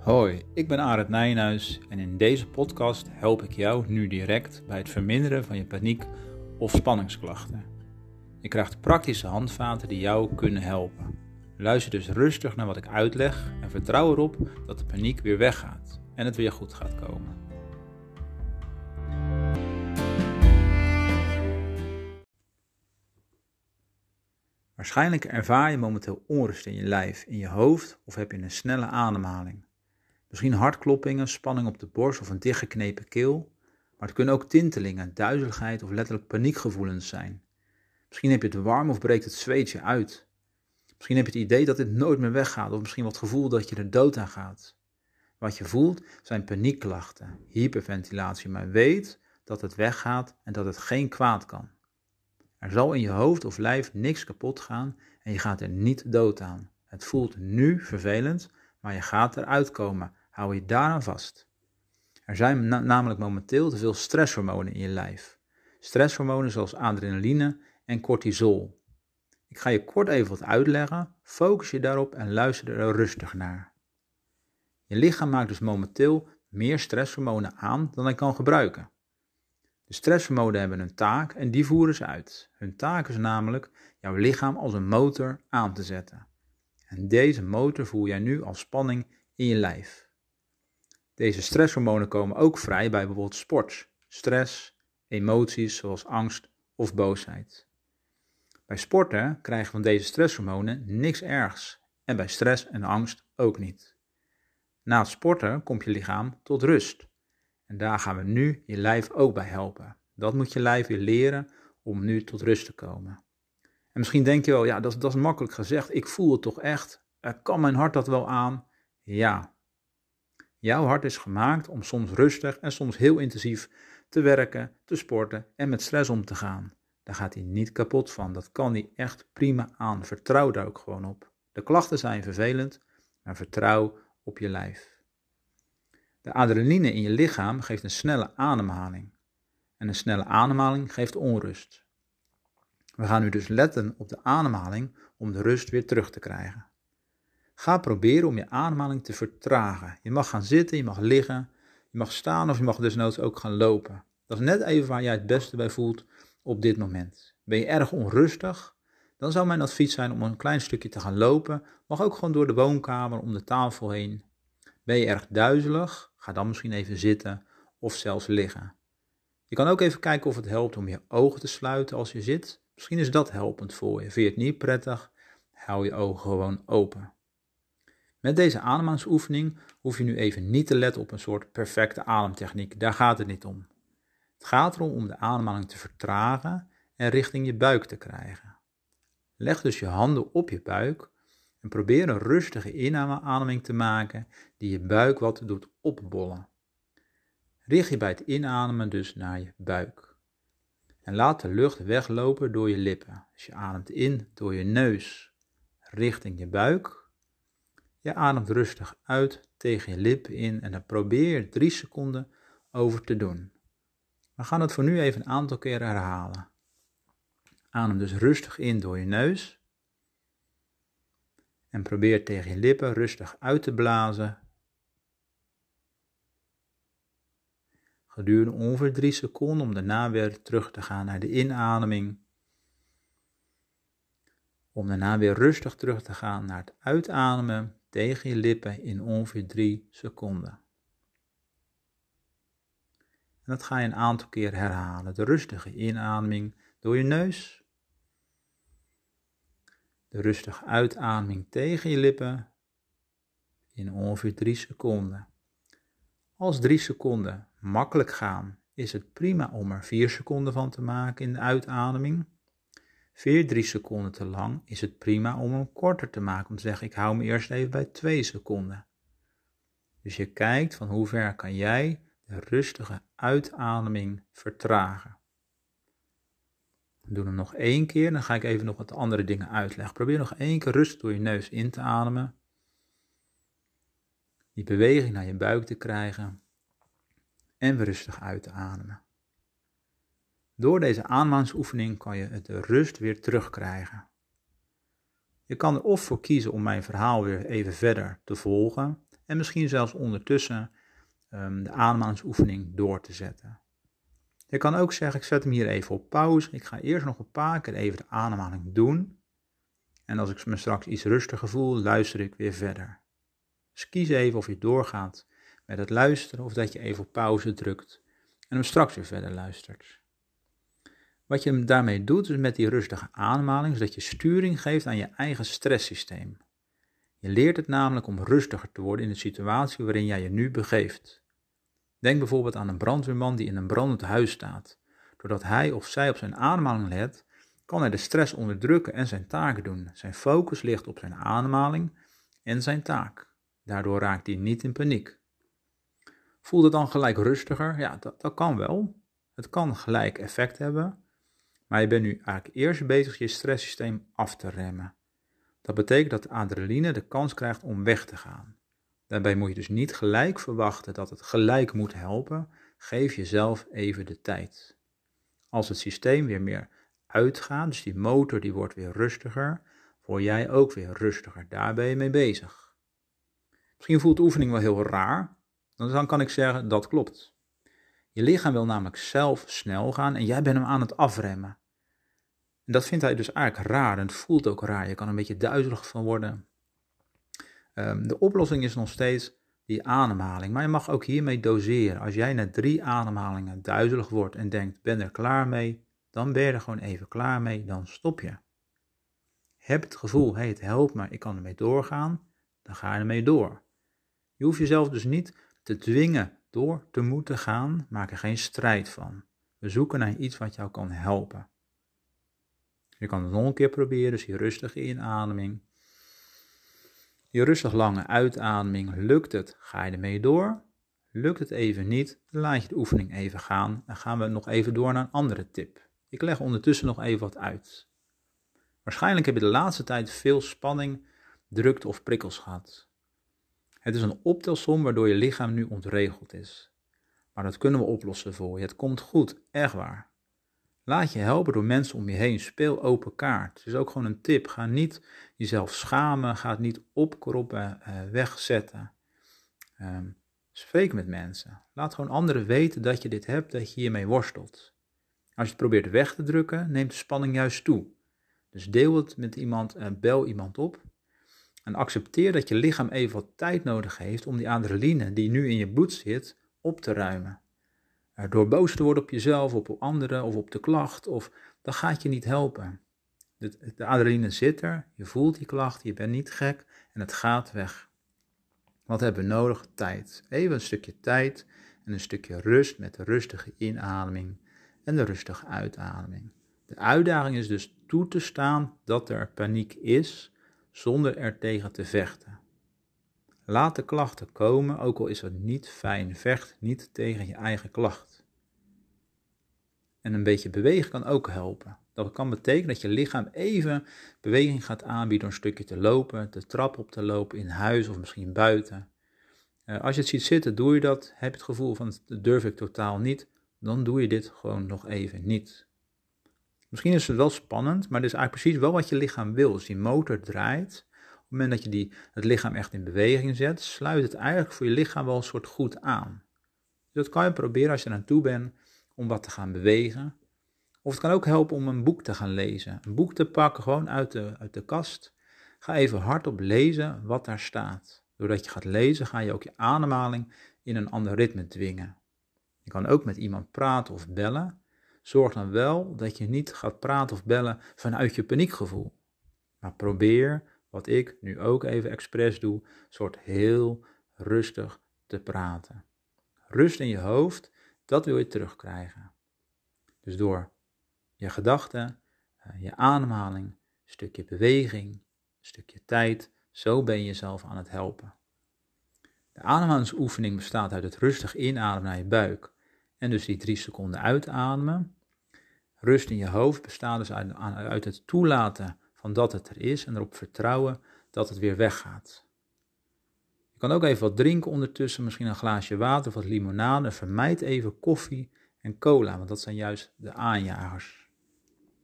Hoi, ik ben Arend Nijenhuis en in deze podcast help ik jou nu direct bij het verminderen van je paniek of spanningsklachten. Je krijgt praktische handvaten die jou kunnen helpen. Luister dus rustig naar wat ik uitleg en vertrouw erop dat de paniek weer weggaat en het weer goed gaat komen. Waarschijnlijk ervaar je momenteel onrust in je lijf, in je hoofd of heb je een snelle ademhaling. Misschien hartkloppingen, spanning op de borst of een dichtgeknepen keel, maar het kunnen ook tintelingen, duizeligheid of letterlijk paniekgevoelens zijn. Misschien heb je het warm of breekt het zweetje uit. Misschien heb je het idee dat dit nooit meer weggaat of misschien wat gevoel dat je er dood aan gaat. Wat je voelt zijn paniekklachten, hyperventilatie, maar weet dat het weggaat en dat het geen kwaad kan. Er zal in je hoofd of lijf niks kapot gaan en je gaat er niet dood aan. Het voelt nu vervelend, maar je gaat eruit komen. Hou je daaraan vast. Er zijn namelijk momenteel te veel stresshormonen in je lijf. Stresshormonen zoals adrenaline en cortisol. Ik ga je kort even wat uitleggen, focus je daarop en luister er rustig naar. Je lichaam maakt dus momenteel meer stresshormonen aan dan hij kan gebruiken. De stresshormonen hebben een taak en die voeren ze uit. Hun taak is namelijk jouw lichaam als een motor aan te zetten. En deze motor voel jij nu als spanning in je lijf. Deze stresshormonen komen ook vrij bij bijvoorbeeld sport, stress, emoties zoals angst of boosheid. Bij sporten krijg je van deze stresshormonen niks ergs en bij stress en angst ook niet. Na het sporten komt je lichaam tot rust en daar gaan we nu je lijf ook bij helpen. Dat moet je lijf weer leren om nu tot rust te komen. En misschien denk je wel, ja dat is makkelijk gezegd, ik voel het toch echt, kan mijn hart dat wel aan? Ja. Jouw hart is gemaakt om soms rustig en soms heel intensief te werken, te sporten en met stress om te gaan. Daar gaat hij niet kapot van, dat kan hij echt prima aan. Vertrouw daar ook gewoon op. De klachten zijn vervelend, maar vertrouw op je lijf. De adrenaline in je lichaam geeft een snelle ademhaling. En een snelle ademhaling geeft onrust. We gaan nu dus letten op de ademhaling om de rust weer terug te krijgen. Ga proberen om je ademhaling te vertragen. Je mag gaan zitten, je mag liggen, je mag staan of je mag desnoods ook gaan lopen. Dat is net even waar jij het beste bij voelt op dit moment. Ben je erg onrustig? Dan zou mijn advies zijn om een klein stukje te gaan lopen. Mag ook gewoon door de woonkamer, om de tafel heen. Ben je erg duizelig? Ga dan misschien even zitten of zelfs liggen. Je kan ook even kijken of het helpt om je ogen te sluiten als je zit. Misschien is dat helpend voor je. Vind je het niet prettig? Hou je ogen gewoon open. Met deze ademhalingsoefening hoef je nu even niet te letten op een soort perfecte ademtechniek. Daar gaat het niet om. Het gaat erom om de ademhaling te vertragen en richting je buik te krijgen. Leg dus je handen op je buik en probeer een rustige inademing te maken die je buik wat doet opbollen. Richt je bij het inademen dus naar je buik. En laat de lucht weglopen door je lippen. Dus je ademt in door je neus richting je buik. Je ademt rustig uit tegen je lippen in en dan probeer je 3 seconden over te doen. We gaan het voor nu even een aantal keer herhalen. Adem dus rustig in door je neus. En probeer tegen je lippen rustig uit te blazen. Gedurende ongeveer 3 seconden om daarna weer terug te gaan naar de inademing. Om daarna weer rustig terug te gaan naar het uitademen tegen je lippen in ongeveer 3 seconden. En dat ga je een aantal keer herhalen. De rustige inademing door je neus. De rustige uitademing tegen je lippen in ongeveer 3 seconden. Als 3 seconden makkelijk gaan, is het prima om er 4 seconden van te maken in de uitademing. 3 seconden te lang is het prima om hem korter te maken. Om te zeggen, ik hou me eerst even bij 2 seconden. Dus je kijkt van hoe ver kan jij de rustige uitademing vertragen. We doen hem nog 1 keer, dan ga ik even nog wat andere dingen uitleggen. Probeer nog 1 keer rustig door je neus in te ademen. Die beweging naar je buik te krijgen. En weer rustig uit te ademen. Door deze ademhalingsoefening kan je de rust weer terugkrijgen. Je kan er of voor kiezen om mijn verhaal weer even verder te volgen En misschien zelfs ondertussen de ademhalingsoefening door te zetten. Je kan ook zeggen, ik zet hem hier even op pauze. Ik ga eerst nog een paar keer even de ademhaling doen. En als ik me straks iets rustiger voel, luister ik weer verder. Dus kies even of je doorgaat met het luisteren of dat je even op pauze drukt en hem straks weer verder luistert. Wat je daarmee doet is met die rustige ademhaling, is dat je sturing geeft aan je eigen stresssysteem. Je leert het namelijk om rustiger te worden in de situatie waarin jij je nu begeeft. Denk bijvoorbeeld aan een brandweerman die in een brandend huis staat. Doordat hij of zij op zijn ademhaling let, kan hij de stress onderdrukken en zijn taak doen. Zijn focus ligt op zijn ademhaling en zijn taak. Daardoor raakt hij niet in paniek. Voelt het dan gelijk rustiger? Ja, dat kan wel. Het kan gelijk effect hebben. Maar je bent nu eigenlijk eerst bezig je stresssysteem af te remmen. Dat betekent dat de adrenaline de kans krijgt om weg te gaan. Daarbij moet je dus niet gelijk verwachten dat het gelijk moet helpen. Geef jezelf even de tijd. Als het systeem weer meer uitgaat, dus die motor die wordt weer rustiger, word jij ook weer rustiger. Daar ben je mee bezig. Misschien voelt de oefening wel heel raar. Dan kan ik zeggen, dat klopt. Je lichaam wil namelijk zelf snel gaan en jij bent hem aan het afremmen. En dat vindt hij dus eigenlijk raar en het voelt ook raar. Je kan er een beetje duizelig van worden. De oplossing is nog steeds die ademhaling. Maar je mag ook hiermee doseren. Als jij na 3 ademhalingen duizelig wordt en denkt, ben er klaar mee, dan ben je er gewoon even klaar mee, dan stop je. Heb het gevoel, het helpt me, ik kan ermee doorgaan, dan ga je ermee door. Je hoeft jezelf dus niet te dwingen door te moeten gaan, maak er geen strijd van. We zoeken naar iets wat jou kan helpen. Je kan het nog een keer proberen, dus je rustige inademing. Je rustig lange uitademing. Lukt het, ga je ermee door. Lukt het even niet, dan laat je de oefening even gaan. En gaan we nog even door naar een andere tip. Ik leg ondertussen nog even wat uit. Waarschijnlijk heb je de laatste tijd veel spanning, drukte of prikkels gehad. Het is een optelsom waardoor je lichaam nu ontregeld is. Maar dat kunnen we oplossen voor je. Het komt goed, echt waar. Laat je helpen door mensen om je heen. Speel open kaart. Het is ook gewoon een tip. Ga niet jezelf schamen. Ga het niet opkroppen, wegzetten. Spreek met mensen. Laat gewoon anderen weten dat je dit hebt, dat je hiermee worstelt. Als je het probeert weg te drukken, neemt de spanning juist toe. Dus deel het met iemand en bel iemand op. En accepteer dat je lichaam even wat tijd nodig heeft om die adrenaline die nu in je bloed zit, op te ruimen. Door boos te worden op jezelf, op anderen of op de klacht, dat gaat je niet helpen. De adrenaline zit er, je voelt die klacht, je bent niet gek en het gaat weg. Wat hebben we nodig? Tijd. Even een stukje tijd en een stukje rust met de rustige inademing en de rustige uitademing. De uitdaging is dus toe te staan dat er paniek is, zonder er tegen te vechten. Laat de klachten komen, ook al is het niet fijn. Vecht niet tegen je eigen klacht. En een beetje bewegen kan ook helpen. Dat kan betekenen dat je lichaam even beweging gaat aanbieden door een stukje te lopen, de trap op te lopen, in huis of misschien buiten. Als je het ziet zitten, doe je dat. Heb je het gevoel van dat durf ik totaal niet, dan doe je dit gewoon nog even niet. Misschien is het wel spannend, maar dit is eigenlijk precies wel wat je lichaam wil. Als die motor draait, op het moment dat je het lichaam echt in beweging zet, sluit het eigenlijk voor je lichaam wel een soort goed aan. Dus dat kan je proberen als je er aan toe bent om wat te gaan bewegen. Of het kan ook helpen om een boek te gaan lezen. Een boek te pakken, gewoon uit de kast. Ga even hardop lezen wat daar staat. Doordat je gaat lezen, ga je ook je ademhaling in een ander ritme dwingen. Je kan ook met iemand praten of bellen. Zorg dan wel dat je niet gaat praten of bellen vanuit je paniekgevoel. Maar probeer, wat ik nu ook even expres doe, soort heel rustig te praten. Rust in je hoofd, dat wil je terugkrijgen. Dus door je gedachten, je ademhaling, een stukje beweging, een stukje tijd, zo ben je jezelf aan het helpen. De ademhalingsoefening bestaat uit het rustig inademen naar je buik en dus die 3 seconden uitademen. Rust in je hoofd bestaat dus uit het toelaten van dat het er is en erop vertrouwen dat het weer weggaat. Je kan ook even wat drinken ondertussen, misschien een glaasje water of wat limonade. Vermijd even koffie en cola, want dat zijn juist de aanjagers.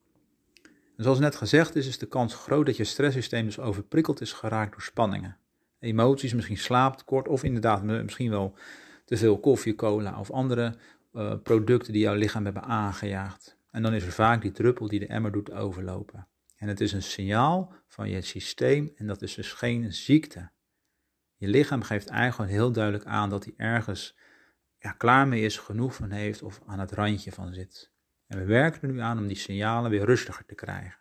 En zoals net gezegd is de kans groot dat je stresssysteem dus overprikkeld is geraakt door spanningen. emoties, misschien slaaptekort of inderdaad misschien wel te veel koffie, cola of andere producten die jouw lichaam hebben aangejaagd. En dan is er vaak die druppel die de emmer doet overlopen. En het is een signaal van je systeem en dat is dus geen ziekte. Je lichaam geeft eigenlijk heel duidelijk aan dat hij ergens klaar mee is, genoeg van heeft of aan het randje van zit. En we werken er nu aan om die signalen weer rustiger te krijgen.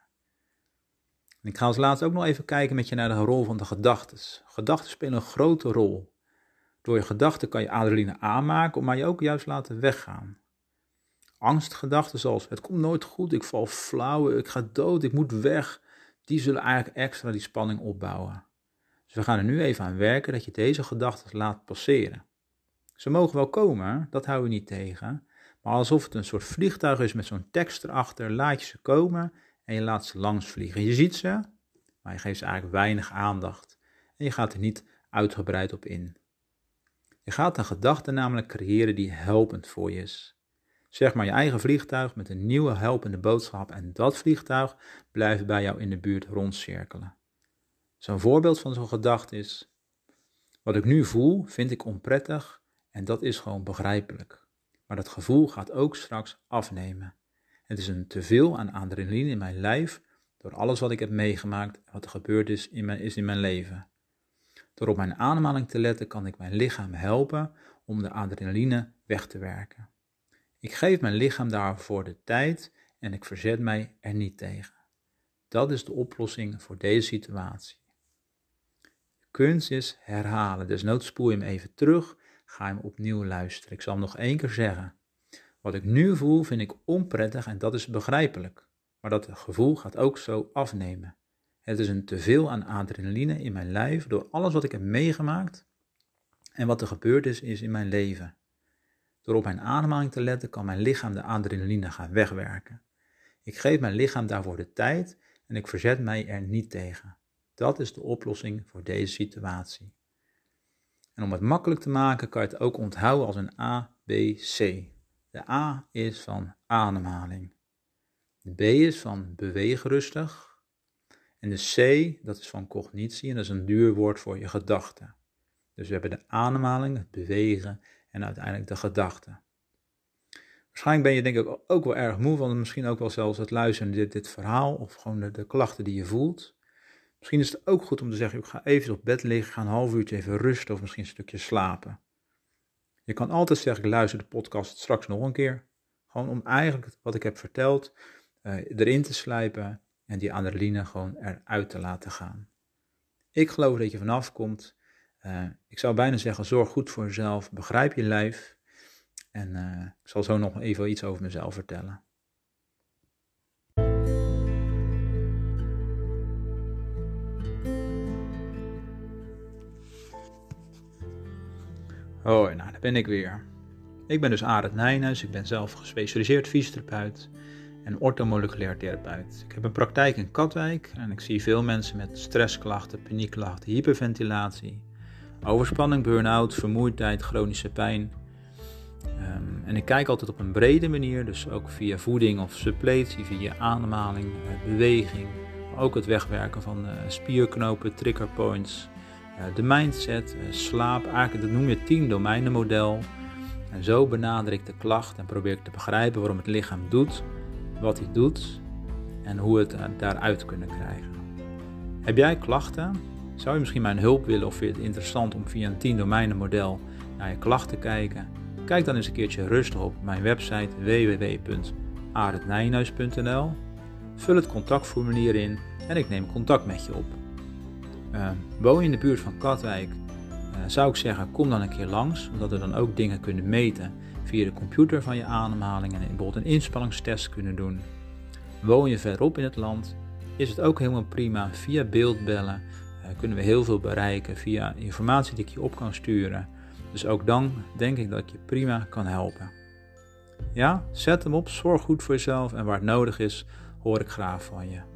En ik ga als laatste ook nog even kijken met je naar de rol van de gedachten. Gedachten spelen een grote rol. Door je gedachten kan je adrenaline aanmaken, maar je ook juist laten weggaan. Angstgedachten zoals het komt nooit goed, ik val flauw, ik ga dood, ik moet weg, die zullen eigenlijk extra die spanning opbouwen. Dus we gaan er nu even aan werken dat je deze gedachten laat passeren. Ze mogen wel komen, dat houden we niet tegen, maar alsof het een soort vliegtuig is met zo'n tekst erachter, laat je ze komen en je laat ze langs vliegen. Je ziet ze, maar je geeft ze eigenlijk weinig aandacht en je gaat er niet uitgebreid op in. Je gaat een gedachte namelijk creëren die helpend voor je is. Zeg maar je eigen vliegtuig met een nieuwe helpende boodschap en dat vliegtuig blijft bij jou in de buurt rondcirkelen. Zo'n voorbeeld van zo'n gedachte is: wat ik nu voel vind ik onprettig en dat is gewoon begrijpelijk. Maar dat gevoel gaat ook straks afnemen. Het is een teveel aan adrenaline in mijn lijf door alles wat ik heb meegemaakt en wat er gebeurd is in mijn leven. Door op mijn ademhaling te letten kan ik mijn lichaam helpen om de adrenaline weg te werken. Ik geef mijn lichaam daarvoor de tijd en ik verzet mij er niet tegen. Dat is de oplossing voor deze situatie. De kunst is herhalen, desnoods spoel je hem even terug, ga hem opnieuw luisteren. Ik zal hem nog 1 keer zeggen. Wat ik nu voel vind ik onprettig en dat is begrijpelijk, maar dat gevoel gaat ook zo afnemen. Het is een teveel aan adrenaline in mijn lijf door alles wat ik heb meegemaakt en wat er gebeurd is in mijn leven. Door op mijn ademhaling te letten kan mijn lichaam de adrenaline gaan wegwerken. Ik geef mijn lichaam daarvoor de tijd en ik verzet mij er niet tegen. Dat is de oplossing voor deze situatie. En om het makkelijk te maken kan je het ook onthouden als een ABC. De A is van ademhaling. De B is van beweeg rustig. En de C, dat is van cognitie en dat is een duur woord voor je gedachten. Dus we hebben de ademhaling, het bewegen en uiteindelijk de gedachten. Waarschijnlijk ben je denk ik ook wel erg moe van misschien ook wel zelfs het luisteren naar dit verhaal of gewoon de klachten die je voelt. Misschien is het ook goed om te zeggen, ik ga even op bed liggen, ga een half uurtje even rusten of misschien een stukje slapen. Je kan altijd zeggen, ik luister de podcast straks nog een keer. Gewoon om eigenlijk wat ik heb verteld erin te slijpen en die adrenaline gewoon eruit te laten gaan. Ik geloof dat je vanaf komt. Ik zou bijna zeggen, zorg goed voor jezelf, begrijp je lijf. En ik zal zo nog even iets over mezelf vertellen. Hoi, nou daar ben ik weer. Ik ben dus Arend Nijhuis, ik ben zelf gespecialiseerd fysiotherapeut en orthomoleculair therapeut. Ik heb een praktijk in Katwijk en ik zie veel mensen met stressklachten, paniekklachten, hyperventilatie, overspanning, burn-out, vermoeidheid, chronische pijn. En ik kijk altijd op een brede manier, dus ook via voeding of suppletie, via ademhaling, beweging, maar ook het wegwerken van spierknopen, triggerpoints, de mindset, slaap, eigenlijk dat noem je het 10 domeinen model. En zo benader ik de klacht en probeer ik te begrijpen waarom het lichaam doet wat hij doet en hoe we het daaruit kunnen krijgen. Heb jij klachten? Zou je misschien mijn hulp willen of vind je het interessant om via een 10 domeinen model naar je klachten te kijken? Kijk dan eens een keertje rustig op mijn website www.arendnijhuis.nl. Vul het contactformulier in en ik neem contact met je op. Woon je in de buurt van Katwijk, zou ik zeggen kom dan een keer langs, omdat we dan ook dingen kunnen meten via de computer van je ademhaling en bijvoorbeeld een inspanningstest kunnen doen. Woon je verderop in het land, is het ook helemaal prima. Via beeldbellen kunnen we heel veel bereiken via informatie die ik je op kan sturen. Dus ook dan denk ik dat ik je prima kan helpen. Ja, zet hem op, zorg goed voor jezelf en waar het nodig is, hoor ik graag van je.